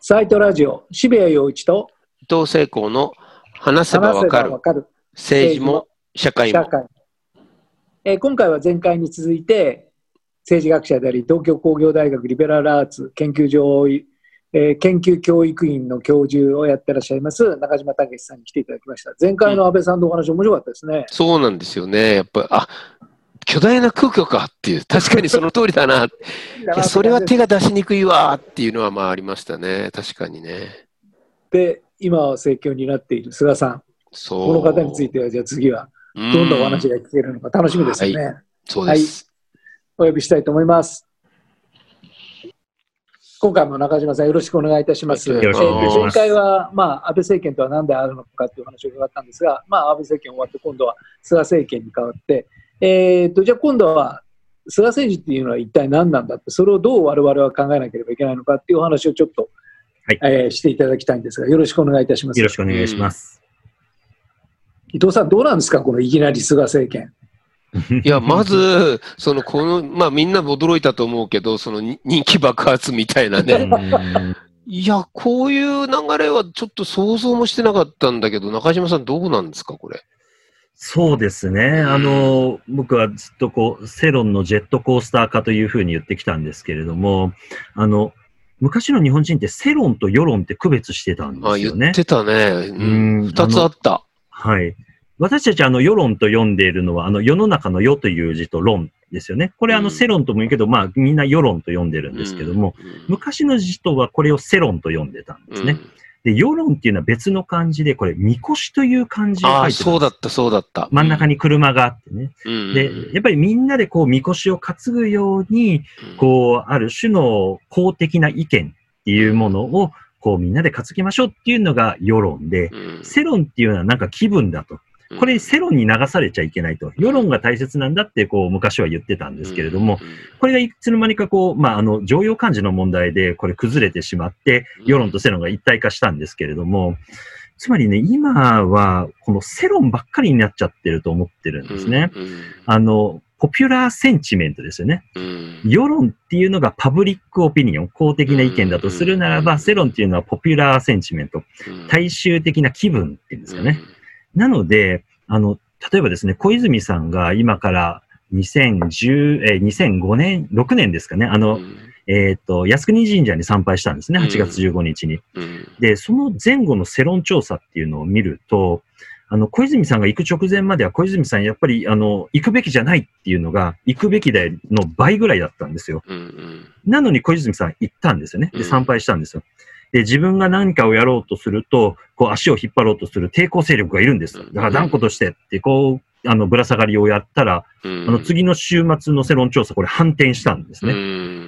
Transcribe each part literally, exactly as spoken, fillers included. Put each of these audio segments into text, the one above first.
サイトラジオ渋谷陽一と伊藤聖光の話せばわかる政治も社会も。 えー、今回は前回に続いて政治学者であり東京工業大学リベラルアーツ研究所、えー、研究教育院の教授をやってらっしゃいます中島武さんに来ていただきました。前回の安倍さんのお話、うん、面白かったですね。 そうなんですよね。やっぱあ巨大な空虚かっていう、確かにその通りだな。いやそれは手が出しにくいわっていうのはまあありましたね。確かにね。 で、今は政権を担っている菅さん。そうこの方については、じゃあ次はどんなお話が聞けるのか楽しみですよね。はい、 そうです、 はい。お呼びしたいと思います。今回も中島さんよろしくお願いいたします。 よろしくお願いします。 前回は、まあ、安倍政権とは何であるのかという話を伺ったんですが、まあ、安倍政権終わって今度は菅政権に変わって、えー、とじゃあ今度は菅政治っていうのは一体何なんだって、それをどう我々は考えなければいけないのかっていうお話をちょっと、はいえー、していただきたいんですが、よろしくお願いいたします。 よろしくお願いします。 伊藤さん、どうなんですか、このいきなり菅政権。 いや、まず、その、この、まあみんな驚いたと思うけど、その人気爆発みたいなね。いや、こういう流れはちょっと想像もしてなかったんだけど、中島さんどうなんですか、これ。 そうですね。あの、僕はずっとこう、世論のジェットコースター化というふうに言ってきたんですけれども、あの、昔の日本人って世論と世論って区別してたんですよね。 あ、言ってたね。うん。二つあった。 はい。私たちあの世論と読んでいるのは、あの世の中の世という字と論ですよね。これあの世論とも言うけど、まあみんな世論と読んでるんですけども、昔の字とはこれを世論と読んでたんですね。で、世論っていうのは別の漢字で、これ、みこしという漢字を書いてます。 ああ、そうだった、そうだった。 真ん中に車があってね。うん、で、やっぱりみんなでこう、みこしを担ぐように、こう、ある種の公的な意見っていうものを、こう、みんなで担ぎましょうっていうのが世論で、世論っていうのはなんか気分だと。これ、世論に流されちゃいけないと。世論が大切なんだって、こう、昔は言ってたんですけれども、これがいつの間にかこう、まあ、あの、常用漢字の問題で、これ崩れてしまって、世論と世論が一体化したんですけれども、つまりね、今は、この世論ばっかりになっちゃってると思ってるんですね。あの、ポピュラーセンチメントですよね。世論っていうのがパブリックオピニオン、公的な意見だとするならば、世論っていうのはポピュラーセンチメント、大衆的な気分っていうんですかね。なので、あの、例えばですね、小泉さんが今からにせんじゅう、えー、にせんごねん、ろくねんですかね、あの、うん、えっと、靖国神社に参拝したんですね、はちがつじゅうごにちに。うん、で、その前後の世論調査っていうのを見ると、あの、小泉さんが行く直前までは小泉さんやっぱり、あの、行くべきじゃないっていうのが、行くべきだよの倍ぐらいだったんですよ。うんうん、なのに小泉さん行ったんですよね。で、参拝したんですよ。で、自分が何かをやろうとすると、こう足を引っ張ろうとする抵抗勢力がいるんです。だから断固としてって、こう、あの、ぶら下がりをやったら、うん、あの、次の週末の世論調査、これ反転したんですね。うん、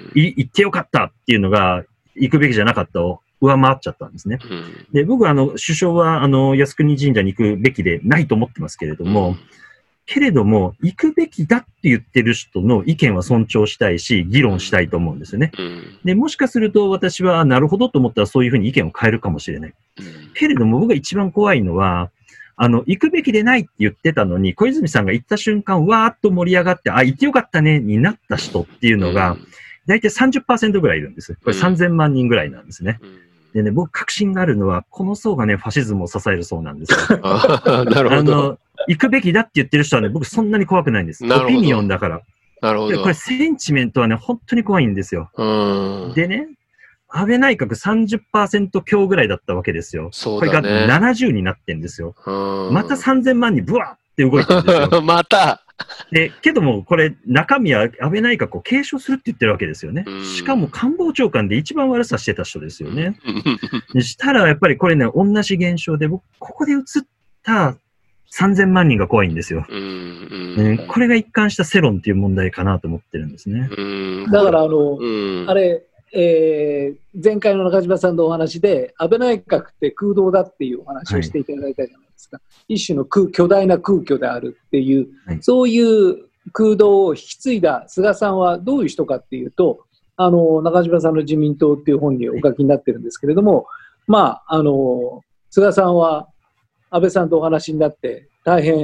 い、行ってよかったっていうのが、行くべきじゃなかったを上回っちゃったんですね。うん、で、僕は、あの、首相は、あの、靖国神社に行くべきでないと思ってますけれども、うんけれども、行くべきだって言ってる人の意見は尊重したいし、議論したいと思うんですよね。うん、で、もしかすると私はなるほどと思ったらそういうふうに意見を変えるかもしれない。うん、けれども僕が一番怖いのは、あの、行くべきでないって言ってたのに、小泉さんが行った瞬間、わーっと盛り上がって、あ、行ってよかったね、になった人っていうのが、だいたい さんじゅっパーセント ぐらいいるんです。これさんぜんまんにんぐらいなんですね。うんでね、僕確信があるのは、この層がね、ファシズムを支える層なんですよ。 あなるほど。あの、 行くべきだって言ってる人はね、僕そんなに怖くないんです。オピニオンだから。 なるほど。 これセンチメントはね、本当に怖いんですよ。でね、安倍内閣 さんじゅっパーセント 強ぐらいだったわけですよ。 そうだね。 これがななじゅうになってんですよ。またさんぜんまんにブワーって動いてるんですよ。 またで、けども、これ、中身は安倍内閣を継承するって言ってるわけですよね。しかも官房長官で一番悪さしてた人ですよね。でしたら、やっぱりこれね、同じ現象で、僕、ここで映ったさんぜんまんにんが怖いんですよ。ね、これが一貫した世論っていう問題かなと思ってるんですね。 だから、あの、あれ、えー、前回の中島さんのお話で、安倍内閣って空洞だっていうお話をしていただいたじゃないですか。はい、一種の空巨大な空虚であるっていう、はい、そういう空洞を引き継いだ菅さんはどういう人かっていうと、あの中島さんの自民党っていう本にお書きになってるんですけれども、はい、まあ、あの菅さんは安倍さんとお話になって大変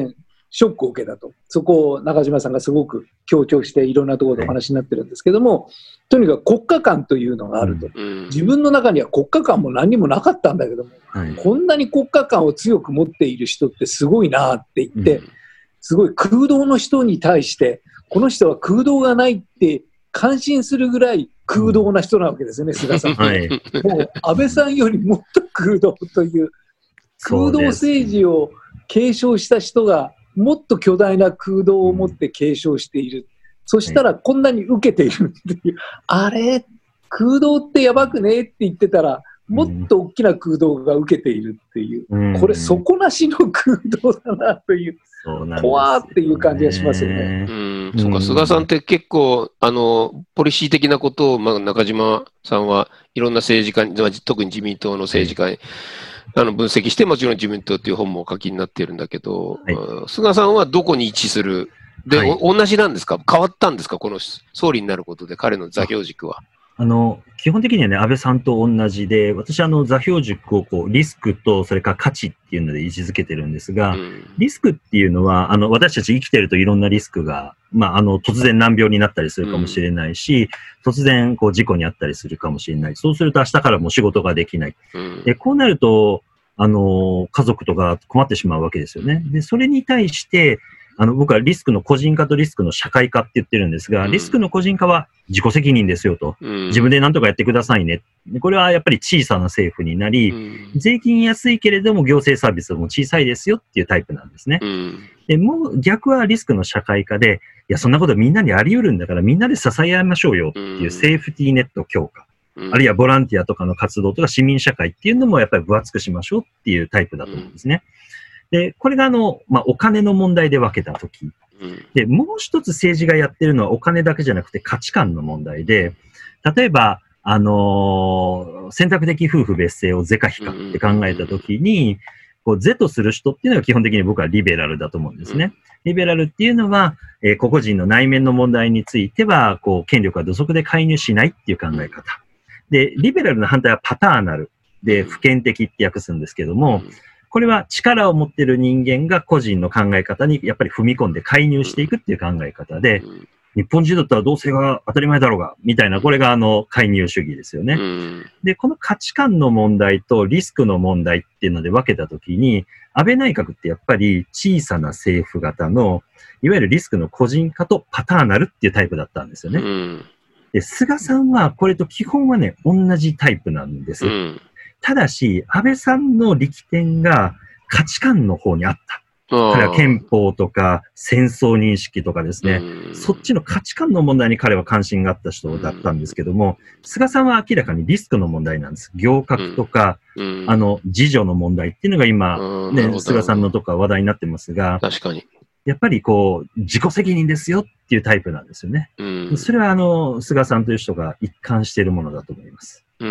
ショックを受けたと。そこを中島さんがすごく強調していろんなところでお話になってるんですけども、はい、とにかく国家観というのがあると。うん、自分の中には国家観も何にもなかったんだけども、はい、こんなに国家観を強く持っている人ってすごいなって言って、うん、すごい空洞の人に対して、この人は空洞がないって感心するぐらい空洞な人なわけですよね、菅さん。はい、もう安倍さんよりもっと空洞という、空洞政治を継承した人が、もっと巨大な空洞を持って継承している。そしたらこんなに受けているっていう。あれ空洞ってやばくねって言ってたら、もっと大きな空洞が受けているっていう。これ底なしの空洞だなという。怖っていう感じがしますよね。 うん。そうか、菅さんって結構、あの、ポリシー的なことを、まあ、中島さんはいろんな政治家に、特に自民党の政治家に、あの分析して、もちろん自民党っていう本もお書きになっているんだけど、はい、菅さんはどこに位置するで、はい、同じなんですか？変わったんですか？この総理になることで彼の座標軸は。 あの、基本的にはね、安倍さんと同じで、私はあの座標軸をこう、リスクとそれから価値っていうので位置づけてるんですが、うん、リスクっていうのは、あの、私たち生きてるといろんなリスクが、まあ、あの、突然難病になったりするかもしれないし、うん、突然こう、事故にあったりするかもしれない。そうすると明日からもう仕事ができない。うん、で、こうなると、あの、家族とか困ってしまうわけですよね。で、それに対して、あの、僕はリスクの個人化とリスクの社会化って言ってるんですが、うん、リスクの個人化は自己責任ですよと。うん、自分で何とかやってくださいね。これはやっぱり小さな政府になり、うん、税金安いけれども行政サービスも小さいですよっていうタイプなんですね。うん、で、もう逆はリスクの社会化で、いや、そんなことみんなにあり得るんだからみんなで支え合いましょうよっていうセーフティーネット強化。うん、あるいはボランティアとかの活動とか市民社会っていうのもやっぱり分厚くしましょうっていうタイプだと思うんですね。うん、で、これがあの、まあ、お金の問題で分けたとき。うん、で、もう一つ政治がやってるのはお金だけじゃなくて価値観の問題で、例えば、あのー、選択的夫婦別姓を是か非かって考えたときに、こう是とする人っていうのが基本的に僕はリベラルだと思うんですね。リベラルっていうのは、えー、個々人の内面の問題については、こう、権力は土足で介入しないっていう考え方。で、リベラルの反対はパターナルで普遍的って訳すんですけども、これは力を持っている人間が個人の考え方にやっぱり踏み込んで介入していくっていう考え方で、日本人だったら同性が当たり前だろうが、みたいな、これがあの介入主義ですよね。で、この価値観の問題とリスクの問題っていうので分けたときに、安倍内閣ってやっぱり小さな政府型の、いわゆるリスクの個人化とパターナルっていうタイプだったんですよね。で、菅さんはこれと基本はね、同じタイプなんです。うん、ただし、安倍さんの力点が価値観の方にあった。彼は憲法とか戦争認識とかですね、うん、そっちの価値観の問題に彼は関心があった人だったんですけども、うん、菅さんは明らかにリスクの問題なんです。行革とか、うん、あの、自助の問題っていうのが今、ね、菅さんのとか話題になってますが、 確かに。 やっぱりこう、自己責任ですよっていうタイプなんですよね。うん、それはあの、菅さんという人が一貫しているものだと思います。 うん。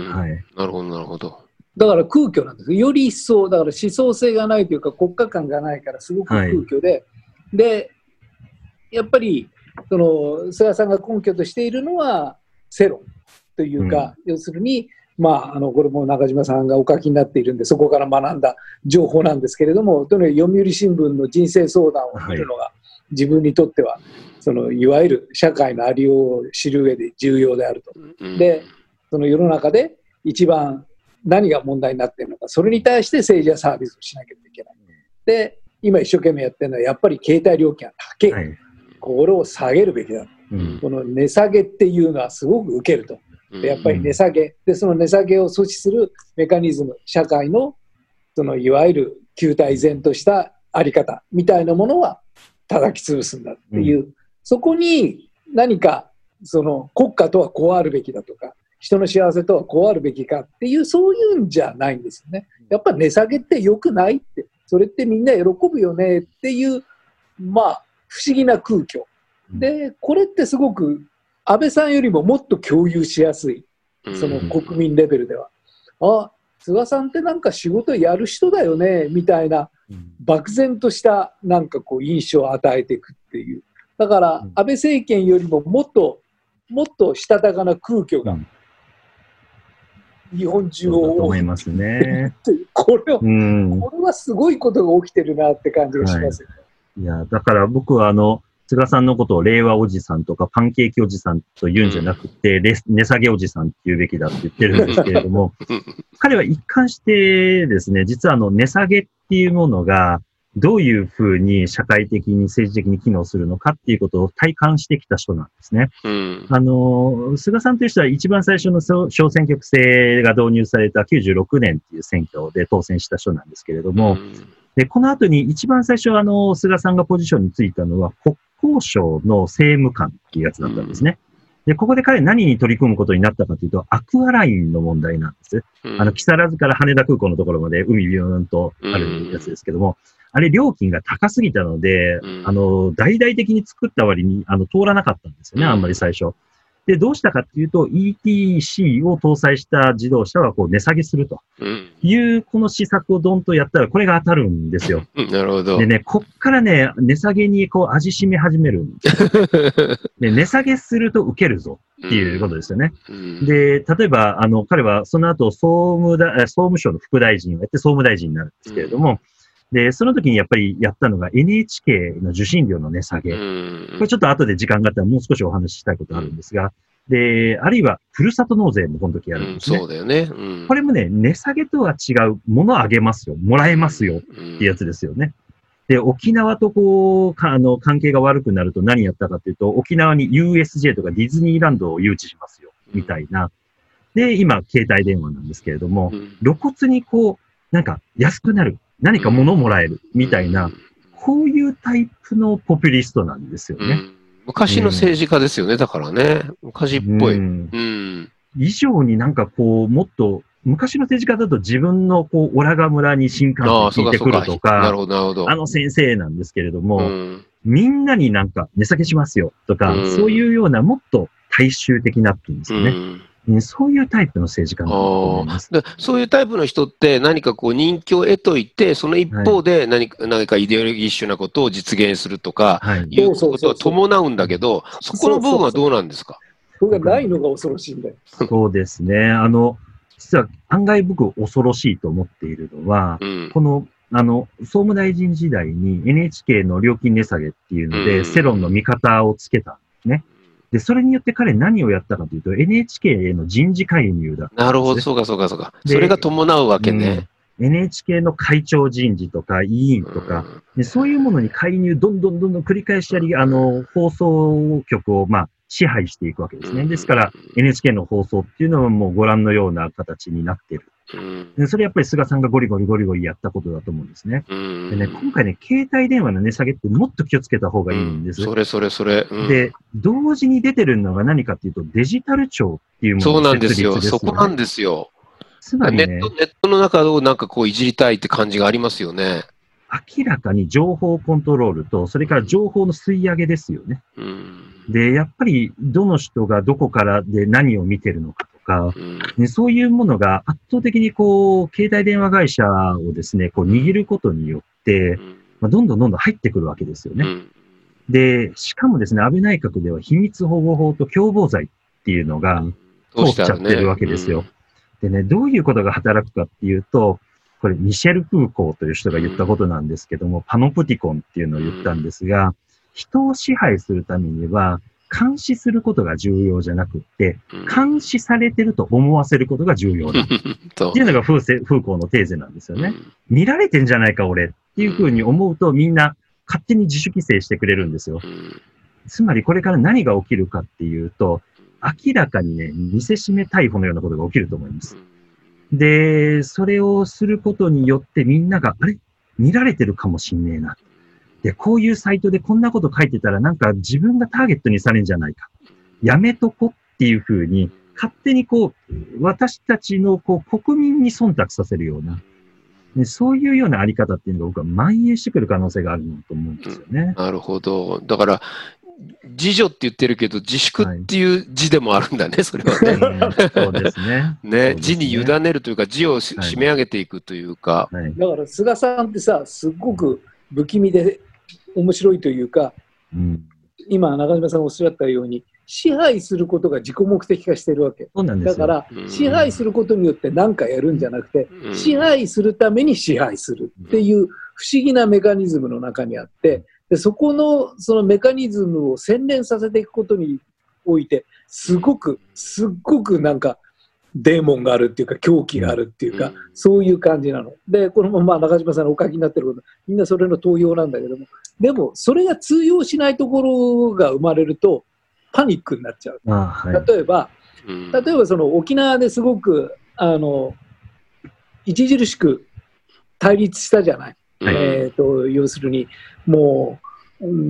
はい。なるほど、なるほど。 だから空虚なんです。より一層、だから思想性がないというか国家観がないからすごく空虚で、はい、で、やっぱり、その、菅さんが根拠としているのは世論というか、うん、要するに、まあ、あの、これも中島さんがお書きになっているんで、そこから学んだ情報なんですけれども、とにかく読売新聞の人生相談を見るのが、自分にとっては、その、いわゆる社会のありようを知る上で重要であると。で、その世の中で一番何が問題になっているのか、それに対して政治はサービスをしなければいけない。で、今一生懸命やってるのは、やっぱり携帯料金は高い。はい、これを下げるべきだ。うん、この値下げっていうのはすごく受けると。やっぱり値下げで、その値下げを阻止するメカニズム、社会のそのいわゆる旧態依然としたあり方みたいなものは叩き潰すんだっていう、うん、そこに何かその国家とはこうあるべきだとか、人の幸せとはこうあるべきかっていう、そういうんじゃないんですよね。やっぱ値下げって良くないって、それってみんな喜ぶよねっていう、まあ不思議な空虚で、これってすごく安倍さんよりももっと共有しやすい、その国民レベルでは。あ、菅さんってなんか仕事やる人だよね、みたいな、漠然としたなんかこう印象を与えていくっていう。だから、安倍政権よりももっと、もっとしたたかな空虚が、日本中を思いますね。 これは、これはすごいことが起きてるなって感じがしますよね。 いや、だから僕はあの、菅さんのことを令和おじさんとかパンケーキおじさんと言うんじゃなくて、うん、値下げおじさんって言うべきだって言ってるんですけれども、彼は一貫してですね、実はあの値下げっていうものがどういうふうに社会的に政治的に機能するのかっていうことを体感してきた人なんですね。うん、あの、菅さんという人は一番最初の小選挙区制が導入されたきゅうじゅうろくねんっていう選挙で当選した人なんですけれども、うんで、この後に一番最初あの、菅さんがポジションについたのは国交省の政務官っていうやつだったんですね。で、ここで彼何に取り組むことになったかというと、アクアラインの問題なんです。あの、木更津から羽田空港のところまで海ビューンとあるやつですけども、あれ料金が高すぎたので、あの、大々的に作った割に、あの、通らなかったんですよね、あんまり最初。で、どうしたかっていうと、イーティーシー を搭載した自動車はこう値下げするという、この施策をドンとやったら、これが当たるんですよ。 なるほど。 でね、こっからね、値下げにこう味しめ始めるんですよ。で、値下げすると受けるぞっていうことですよね。で、例えば、あの、彼はその後、総務だ、総務省の副大臣をやって総務大臣になるんですけれども、で、その時にやっぱりやったのが エヌエイチケー の受信料の値下げ。これちょっと後で時間があったらもう少しお話ししたいことあるんですが、で、あるいは、ふるさと納税もこの時やるんですね。 うん、そうだよね、うん。 これもね、値下げとは違う、ものをあげますよ、もらえますよってやつですよね。で、沖縄とこう、かあの、関係が悪くなると何やったかというと、沖縄に ユーエスジェー とかディズニーランドを誘致しますよ、みたいな。で、今、携帯電話なんですけれども、露骨にこう、なんか安くなる。何か物をもらえるみたいな、こういうタイプのポピュリストなんですよね。うん、 昔の政治家ですよね、うん、だからね。昔っぽい。うん。 うん、以上になんかこう、もっと、昔の政治家だと自分のこう、オラが村に新幹線引いてくるとか、 なるほど、なるほど。 あの先生なんですけれども、うん、みんなになんか値下げしますよとか、うん、そういうようなもっと大衆的なっていうんですよね。うんそういうタイプの政治家だと思います。 でそういうタイプの人って何かこう人気を得といて、その一方で何か、はい、何かイデオロギッシュなことを実現するとか、はい、いうことは伴うんだけど、そこの部分はどうなんですか？ それがないのが恐ろしいんだよ。 そうですね。あの、実は案外僕恐ろしいと思っているのは、うん、この、あの、総務大臣時代に エヌエイチケー の料金値下げっていうので、うん、世論の味方をつけたんですね。で、それによって彼何をやったかというと、エヌエイチケー への人事介入だったんです、ね。 なるほど、そうかそうかそうか。それが伴うわけね。 うん、エヌエイチケー の会長人事とか委員とか、うんで、そういうものに介入、どんどんどんどん繰り返しやり、あの、放送局を、まあ、支配していくわけですね。ですから、エヌエイチケー の放送っていうのはもうご覧のような形になっている。でそれやっぱり菅さんがゴリゴリゴリゴリやったことだと思うんですね。でね、今回ね、携帯電話の値下げってもっと気をつけた方がいいんです。 うん、それそれそれ、うん。 で、同時に出てるのが何かっていうと、デジタル庁っていうものの設立ですよね。そうなんですよ。そこなんですよ。つまりね、ネット、ネットの中をなんかこういじりたいって感じがありますよね。 明らかに情報コントロールと、それから情報の吸い上げですよね。うん、で、やっぱりどの人がどこからで何を見てるのかとか、うんね、そういうものが圧倒的にこう、携帯電話会社をですね、こう握ることによって、まあ、どんどんどんどん入ってくるわけですよね。うん、で、しかもですね、安倍内閣では秘密保護法と共謀罪っていうのが通っちゃってるわけですよ。でね、どういうことが働くかっていうと、これ、ミシェル・フーコーという人が言ったことなんですけども、パノプティコンっていうのを言ったんですが、人を支配するためには、監視することが重要じゃなくって、監視されてると思わせることが重要だ。っていうのがフーフーコーのテーゼなんですよね。見られてんじゃないか、俺っていうふうに思うと、みんな勝手に自主規制してくれるんですよ。つまり、これから何が起きるかっていうと、明らかにね、見せしめ逮捕のようなことが起きると思います。で、それをすることによってみんなが、あれ見られてるかもしんねえな。で、こういうサイトでこんなこと書いてたらなんか自分がターゲットにされるんじゃないか。やめとこっていうふうに、勝手にこう、私たちのこう国民に忖度させるような、ね、そういうようなあり方っていうのが僕は蔓延してくる可能性があると思うんですよね。 うん、なるほど。だから、自助って言ってるけど、自粛っていう字でもあるんだね、はい、それはね。 そうですね。 ね、字に委ねるというか、字をし、はい、締め上げていくというか。 はい、だから、菅さんってさ、すっごく不気味で面白いというか、うん、今、中島さんがおっしゃったように、支配することが自己目的化してるわけ。 そうなんですよ。 だから、支配することによって何かやるんじゃなくて、うん、支配するために支配するっていう不思議なメカニズムの中にあって、 でそこのそのメカニズムを洗練させていくことにおいてすごくすっごくなんかデーモンがあるっていうか狂気があるっていうか、うん、そういう感じなので、このまま中島さんのお書きになってることみんなそれの盗用なんだけども、でもそれが通用しないところが生まれるとパニックになっちゃう。あ、はい、例えば、うん、例えばその沖縄ですごくあの著しく対立したじゃない、うん、えーと、要するにもう、うん、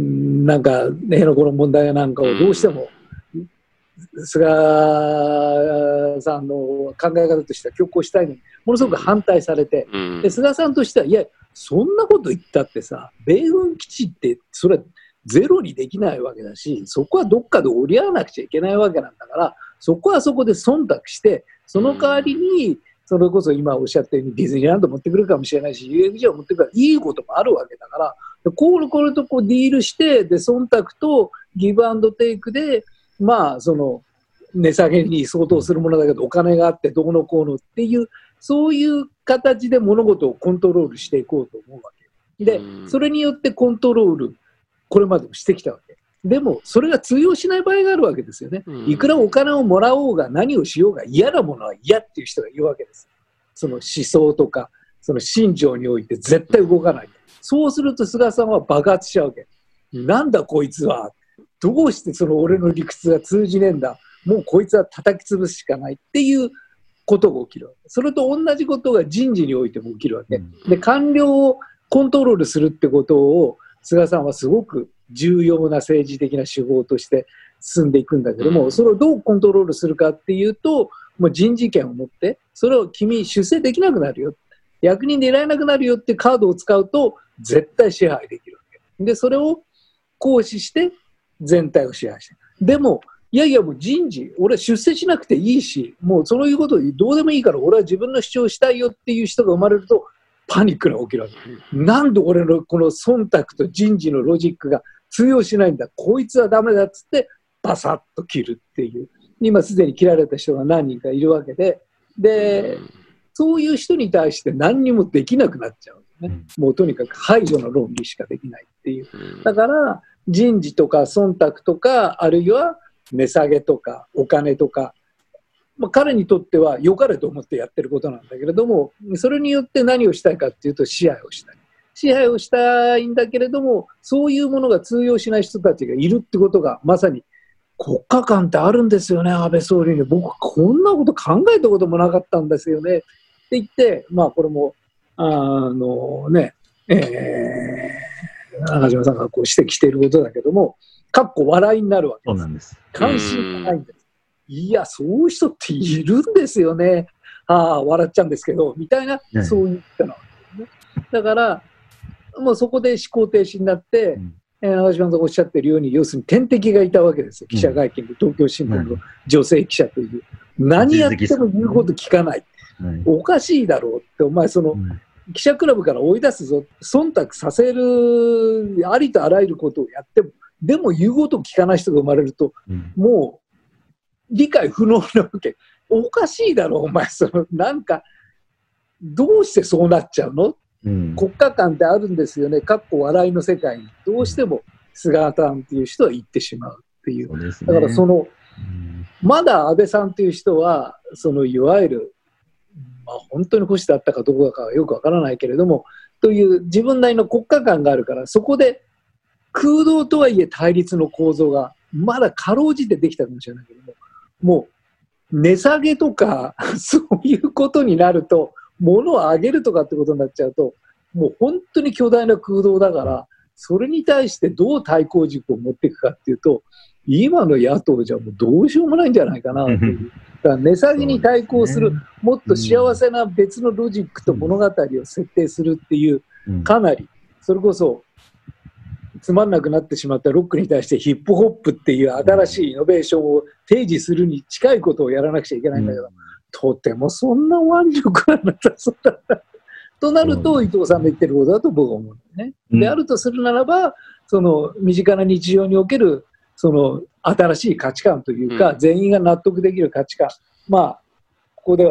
なんか辺野古の問題なんかをどうしても、うん菅さんの考え方としては強行したいのにものすごく反対されて、うん、で菅さんとしてはいやそんなこと言ったってさ米軍基地ってそれはゼロにできないわけだしそこはどっかで折り合わなくちゃいけないわけなんだからそこはそこで忖度してその代わりにそれこそ今おっしゃったようにディズニーランド持ってくるかもしれないし ユーエフジェー を持ってくるからいいこともあるわけだからこうこれとこうディールしてで忖度とギブアンドテイクでまあその値下げに相当するものだけどお金があってどうのこうのっていうそういう形で物事をコントロールしていこうと思うわけでそれによってコントロールこれまでもしてきたわけでもそれが通用しない場合があるわけですよね。いくらお金をもらおうが何をしようが嫌なものは嫌っていう人がいるわけです。その思想とかその信条において絶対動かない。そうすると菅さんは爆発しちゃうわけ。なんだこいつはどうしてその俺の理屈が通じねえんだもうこいつは叩き潰すしかないっていうことが起きるわけ。それと同じことが人事においても起きるわけ。で官僚をコントロールするってことを菅さんはすごく重要な政治的な手法として進んでいくんだけどもそれをどうコントロールするかっていうともう人事権を持ってそれを君出世できなくなるよ役人でいられなくなるよってカードを使うと絶対支配できるわけでそれを行使して全体を支配してでもいやいやもう人事俺は出世しなくていいしもうそういうことどうでもいいから俺は自分の主張したいよっていう人が生まれるとパニックが起きるわけなんで俺のこの忖度と人事のロジックが通用しないんだこいつはダメだっつってバサッと切るっていう今すでに切られた人が何人かいるわけででそういう人に対して何にもできなくなっちゃうんですねもうとにかく排除の論理しかできないっていうだから人事とか忖度とかあるいは値下げとかお金とか、まあ、彼にとっては良かれと思ってやってることなんだけれどもそれによって何をしたいかっていうと支配をしたい支配をしたいんだけれどもそういうものが通用しない人たちがいるってことがまさに国家観ってあるんですよね安倍総理に僕こんなこと考えたこともなかったんですよねって言ってまあこれもあのねえー、中島さんがこう指摘していることだけどもかっこ笑いになるわけです。そうなんです。関心がないんです。いや、そういう人っているんですよね。ああ、笑っちゃうんですけど、みたいな、ね、そういう人なわけですね。だから、もうそこで思考停止になって、うんえー、中島さんがおっしゃってるように、要するに天敵がいたわけですよ。記者会見で、東京新聞の女性記者という。うん、何やっても言うこと聞かない。うん、おかしいだろうって、お前その、うん記者クラブから追い出すぞ、忖度させるありとあらゆることをやっても、でも言うことを聞かない人が生まれると、うん、もう理解不能なわけ。おかしいだろ、お前、そのなんか、どうしてそうなっちゃうの、うん、国家観ってあるんですよね、かっこ笑いの世界に、どうしても菅さんっていう人は言ってしまうっていう、うね、だからその、うん、まだ安倍さんっていう人は、そのいわゆる、まあ、本当に保守だったかどうかはよくわからないけれどもという自分なりの国家観があるからそこで空洞とはいえ対立の構造がまだかろうじてできたかもしれないけどももう値下げとかそういうことになると物を上げるとかってことになっちゃうともう本当に巨大な空洞だからそれに対してどう対抗軸を持っていくかっていうと今の野党じゃもうどうしようもないんじゃないかなというだから値下げに対抗する、ね、もっと幸せな別のロジックと物語を設定するっていう、うん、かなりそれこそつまんなくなってしまったロックに対してヒップホップっていう新しいイノベーションを提示するに近いことをやらなくちゃいけないんだけど、うん、とてもそんな腕力はなさそうだなとなると、うん、伊藤さんの言ってることだと僕は思うんだよね、うん、であるとするならばその身近な日常におけるその新しい価値観というか、うん、全員が納得できる価値観まあここでは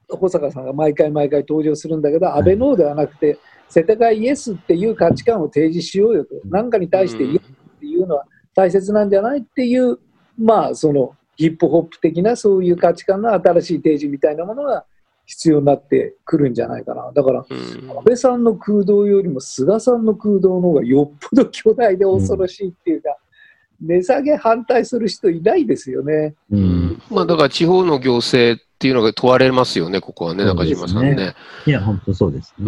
保坂さんが毎回毎回登場するんだけど、安倍ノーではなくて、世田谷イエスっていう価値観を提示しようよと、何かに対してイエスっていうのは大切なんじゃないっていう、まあ、そのヒップホップ的なそういう価値観の新しい提示みたいなものが必要になってくるんじゃないかな。だから、安倍さんの空洞よりも菅さんの空洞の方がよっぽど巨大で恐ろしいっていうか、うん、値下げ反対する人いないですよね。 うん、まあだから地方の行政っていうのが問われますよね、ここはね、中島さんね。ねいや、本当そうですね。 うん、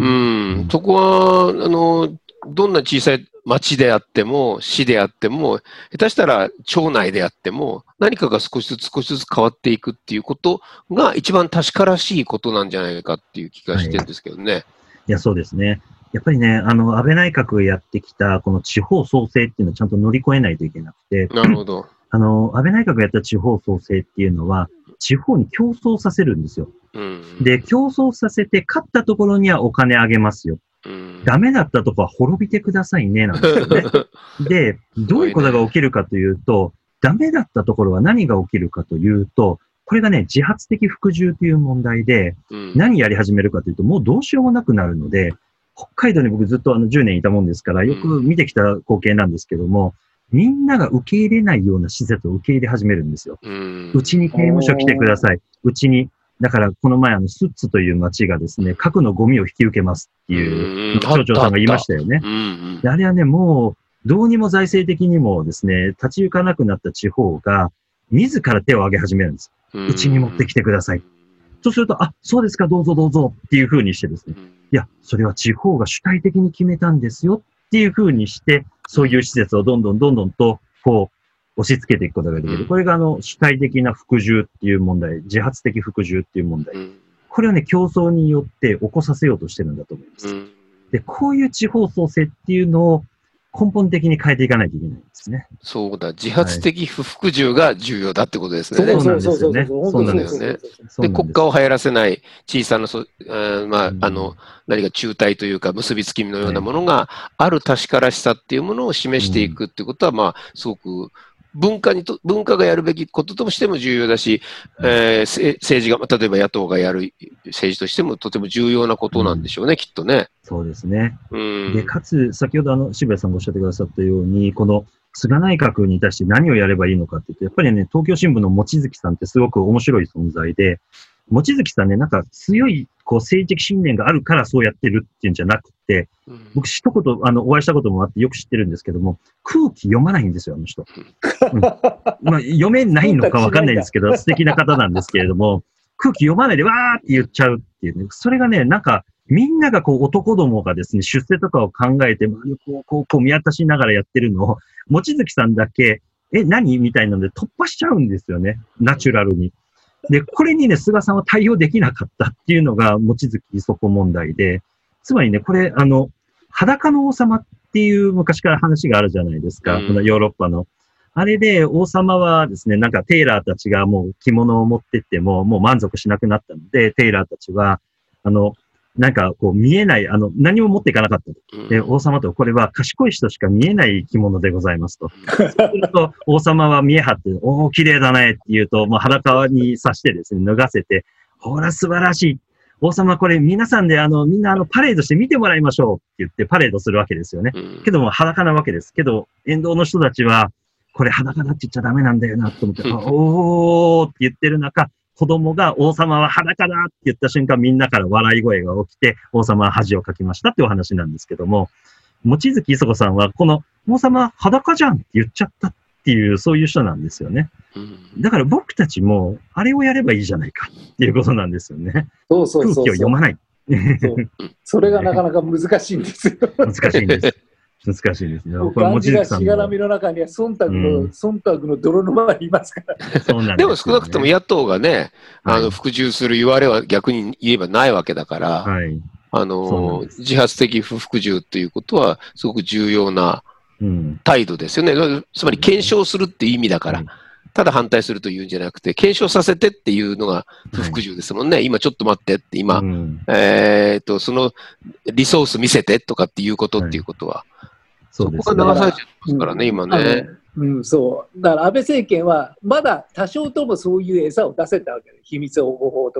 そこは、あの、どんな小さい町であっても、市であっても、下手したら町内であっても、何かが少しずつ少しずつ変わっていくっていうことが一番確からしいことなんじゃないかっていう気がしてるんですけどね。はい、 いや、そうですね。やっぱりね、あの、安倍内閣がやってきた、この地方創生っていうのをちゃんと乗り越えないといけなくて。 なるほど。 あの、安倍内閣がやった地方創生っていうのは、地方に競争させるんですよ。うん、で、競争させて、勝ったところにはお金あげますよ。うん、ダメだったところは滅びてくださいね、なんですよね。で、どういうことが起きるかというと、ダメだったところは何が起きるかというと、これがね、自発的服従という問題で、うん、何やり始めるかというと、もうどうしようもなくなるので、北海道に僕ずっとあのじゅうねんいたもんですから、よく見てきた光景なんですけども、みんなが受け入れないような施設を受け入れ始めるんですよ。うちに刑務所来てください。うちに、だからこの前あのスッツという町がですね、核のゴミを引き受けますっていう町長さんが言いましたよね。あれはね、もうどうにも財政的にもですね、立ち行かなくなった地方が自ら手を挙げ始めるんです。うちに持ってきてください。そうすると、あ、そうですか、どうぞどうぞっていう風にしてですね、いや、それは地方が主体的に決めたんですよっていう風にして、そういう施設をどんどんどんどんと、こう、押し付けていくことができる。これが、あの、主体的な服従っていう問題、自発的服従っていう問題。これをね、競争によって起こさせようとしてるんだと思います。で、こういう地方創生っていうのを根本的に変えていかないといけないんですね。 そうだ、自発的不服従が重要だってことですね。 そうなんですよね。 そうなんですよね。で、国家を流行らせない小さな、そあまあ、あの、何か中体というか結びつきのようなものがある確からしさっていうものを示していくっていうことは、まあ、すごく文化にと、文化がやるべきこととしても重要だし、えー、政治が、例えば野党がやる政治としてもとても重要なことなんでしょうね、うん、きっとね。 そうですね。うん、で、かつ、先ほどあの、渋谷さんがおっしゃってくださったように、この菅内閣に対して何をやればいいのかって言って、やっぱりね、東京新聞の望月さんってすごく面白い存在で、望月さんね、なんか強いこう政治的信念があるからそうやってるっていうんじゃなくて、うん、僕一言あのお会いしたこともあってよく知ってるんですけども、空気読まないんですよ、あの人。うん、まあ、読めないのかわかんないんですけど、素敵な方なんですけれども、空気読まないでわーって言っちゃうっていうね、それがね、なんかみんながこう男どもがですね、出世とかを考えて、こう、こう、こう見渡しながらやってるのを、望月さんだけ、え、何みたいなので突破しちゃうんですよね、ナチュラルに。で、これにね、菅さんは対応できなかったっていうのが、望月そこ問題で、つまりね、これ、あの、裸の王様っていう昔から話があるじゃないですか、このヨーロッパの。あれで王様はですね、なんかテイラーたちがもう着物を持ってっても、もう満足しなくなったので、テイラーたちは、あの、なんかこう見えない、あの、何も持っていかなかったと。で、王様とこれは賢い人しか見えない着物でございますと。そうすると、王様は見え張って、おー、綺麗だねって言うと、もう裸にさしてですね、脱がせて、ほら、素晴らしい。王様これ皆さんであの、みんなあの、パレードして見てもらいましょうって言ってパレードするわけですよね。けども裸なわけです。けど、沿道の人たちは、これ裸だって言っちゃダメなんだよなと思って、おーって言ってる中、子供が王様は裸だって言った瞬間みんなから笑い声が起きて王様は恥をかきましたっていうお話なんですけども、望月磯子さんはこの王様は裸じゃんって言っちゃったっていうそういう人なんですよね。だから僕たちもあれをやればいいじゃないかっていうことなんですよね。 そうそうそうそう、 空気を読まない。 そうそれがなかなか難しいんですよ。 難しいんです。難しいですね。 これ文字がしがらみの中には忖度の、うん、忖度の泥沼がいますから、ね。 そうなんですよね。 でも少なくとも野党がね、あの、服従する言われは逆に言えばないわけだから、はい、あの、自発的不服従っていうことはすごく重要な態度ですよね。うん、つまり検証するっていう意味だから、うん、ただ反対するというんじゃなくて、検証させてっていうのが不服従ですもんね。はい、今ちょっと待ってって、今、うん、えっと、そのリソース見せてとかっていうことっていうことは、はいそこが流されちゃってますからね、今ね。 うん、そう。だから安倍政権は、まだ多少ともそういう餌を出せたわけで、秘密保護法とか、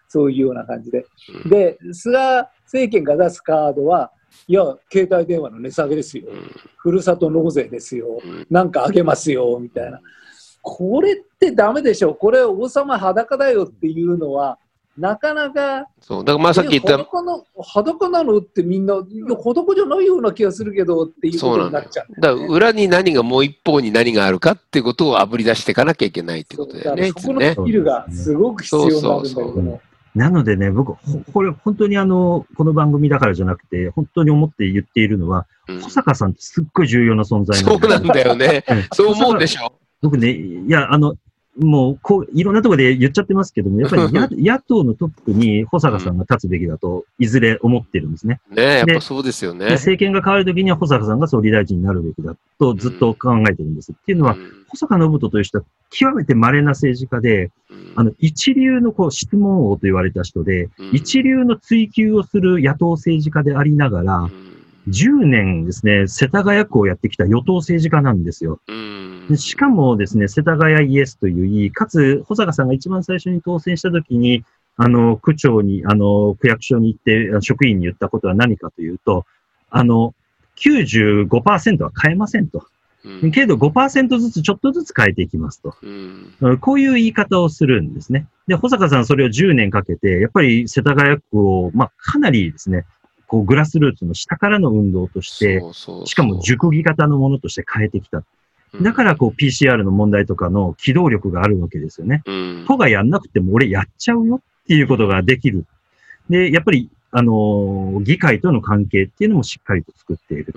そういうような感じで。で、菅政権が出すカードは、いや、携帯電話の値下げですよ。ふるさと納税ですよ。なんかあげますよ、みたいな。これってダメでしょ。これ王様裸だよっていうのは、なかなか、 そう、だからまあさっき言った。 裸な、裸なのってみんな、いや、裸じゃないような気がするけどっていうことになっちゃう、ね。 だから裏に何が、もう一方に何があるかっていうことをあぶり出していかなきゃいけないってことだよね。 そこのスキルがすごく必要になるんだけども。 なのでね、僕、これ本当にあの、この番組だからじゃなくて、本当に思って言っているのは、うん、小坂さんってすっごい重要な存在なんだよ。そうなんだよね。そう思うでしょ。 僕ね、いや、あの、もう、こう、いろんなところで言っちゃってますけども、やっぱり野党のトップに保坂さんが立つべきだと、いずれ思ってるんですね。 ねえ、やっぱそうですよね。 政権が変わるときには保坂さんが総理大臣になるべきだとずっと考えてるんです。うん、っていうのは、保坂信人という人は極めて稀な政治家で、うん、あの、一流のこう質問王と言われた人で、うん、一流の追及をする野党政治家でありながら、うん、じゅうねんですね、世田谷区をやってきた与党政治家なんですよ。うんしかもですね、世田谷イエスといういい、かつ、保坂さんが一番最初に当選したときに、あの、区長に、あの、区役所に行って、職員に言ったことは何かというと、あの、きゅうじゅうごパーセントは変えませんと。うん、けどごパーセントずつちょっとずつ変えていきますと。うん、こういう言い方をするんですね。で、保坂さんそれをじゅうねんかけて、やっぱり世田谷区を、まあ、かなりですね、こう、グラスルーツの下からの運動として、そうそうそうしかも熟議型のものとして変えてきた。だから、こう、ピーシーアール の問題とかの機動力があるわけですよね。うん、都がやんなくても俺やっちゃうよっていうことができる。で、やっぱり、あのー、議会との関係っていうのもしっかりと作っている。うん、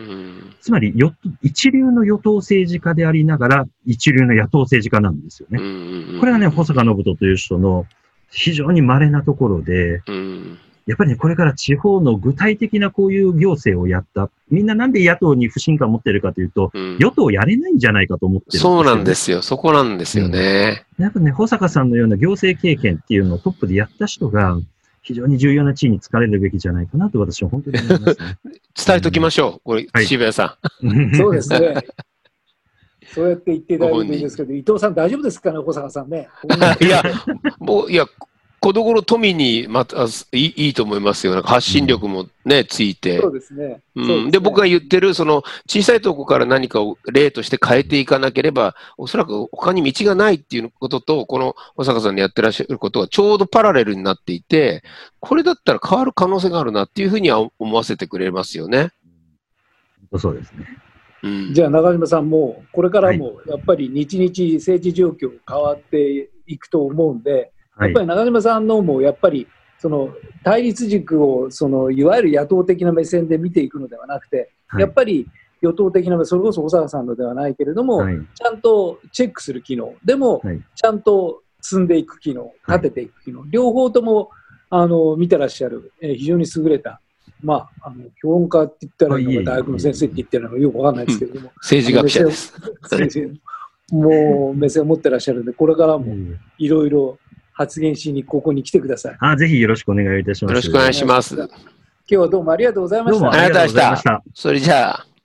つまり、よ、一流の与党政治家でありながら、一流の野党政治家なんですよね。うん、これがね、保坂信人という人の非常に稀なところで、うんやっぱりね、これから地方の具体的なこういう行政をやった。みんななんで野党に不信感を持ってるかというと、うん、与党やれないんじゃないかと思ってるんですよ、ね。 そうなんですよ。そこなんですよね。 うん、やっぱね、保坂さんのような行政経験っていうのをトップでやった人が、非常に重要な地位に就かれるべきじゃないかなと私は本当に思いますね。 伝えときましょう。これ、はい、渋谷さん。そうですね。そうやって言っていただいていいんですけど、伊藤さん大丈夫ですかね、保坂さんね。 いや、もう、いや、この頃富にまたいい、いいと思いますよ。なんか発信力もね、ついて。 そうですね。 うん。で、僕が言ってる、その、小さいところから何かを例として変えていかなければ、おそらく他に道がないっていうことと、この保坂さんにやってらっしゃることはちょうどパラレルになっていて、これだったら変わる可能性があるなっていうふうには思わせてくれますよね。 そうですね。 うん、じゃあ中島さんも、これからもやっぱり日々政治状況変わっていくと思うんで、やっぱり中島さんのもやっぱりその対立軸をそのいわゆる野党的な目線で見ていくのではなくて、はい、やっぱり与党的な目線、それこそ保坂さんのではないけれども、はい、ちゃんとチェックする機能、でも、はい、ちゃんと積んでいく機能、立てていく機能、両方ともあの見てらっしゃる、えー、非常に優れた、まあ、あの評論家って言ったらいいのか、大学の先生って言ってるのかよくわかんないですけれども、 政治学者です。 もう目線を持ってらっしゃるので、これからもいろいろ発言しにここに来てください。 あ、ぜひよろしくお願いいたします。 よろしくお願いします。 今日はどうもありがとうございました。 どうもありがとうございました。 それじゃあ。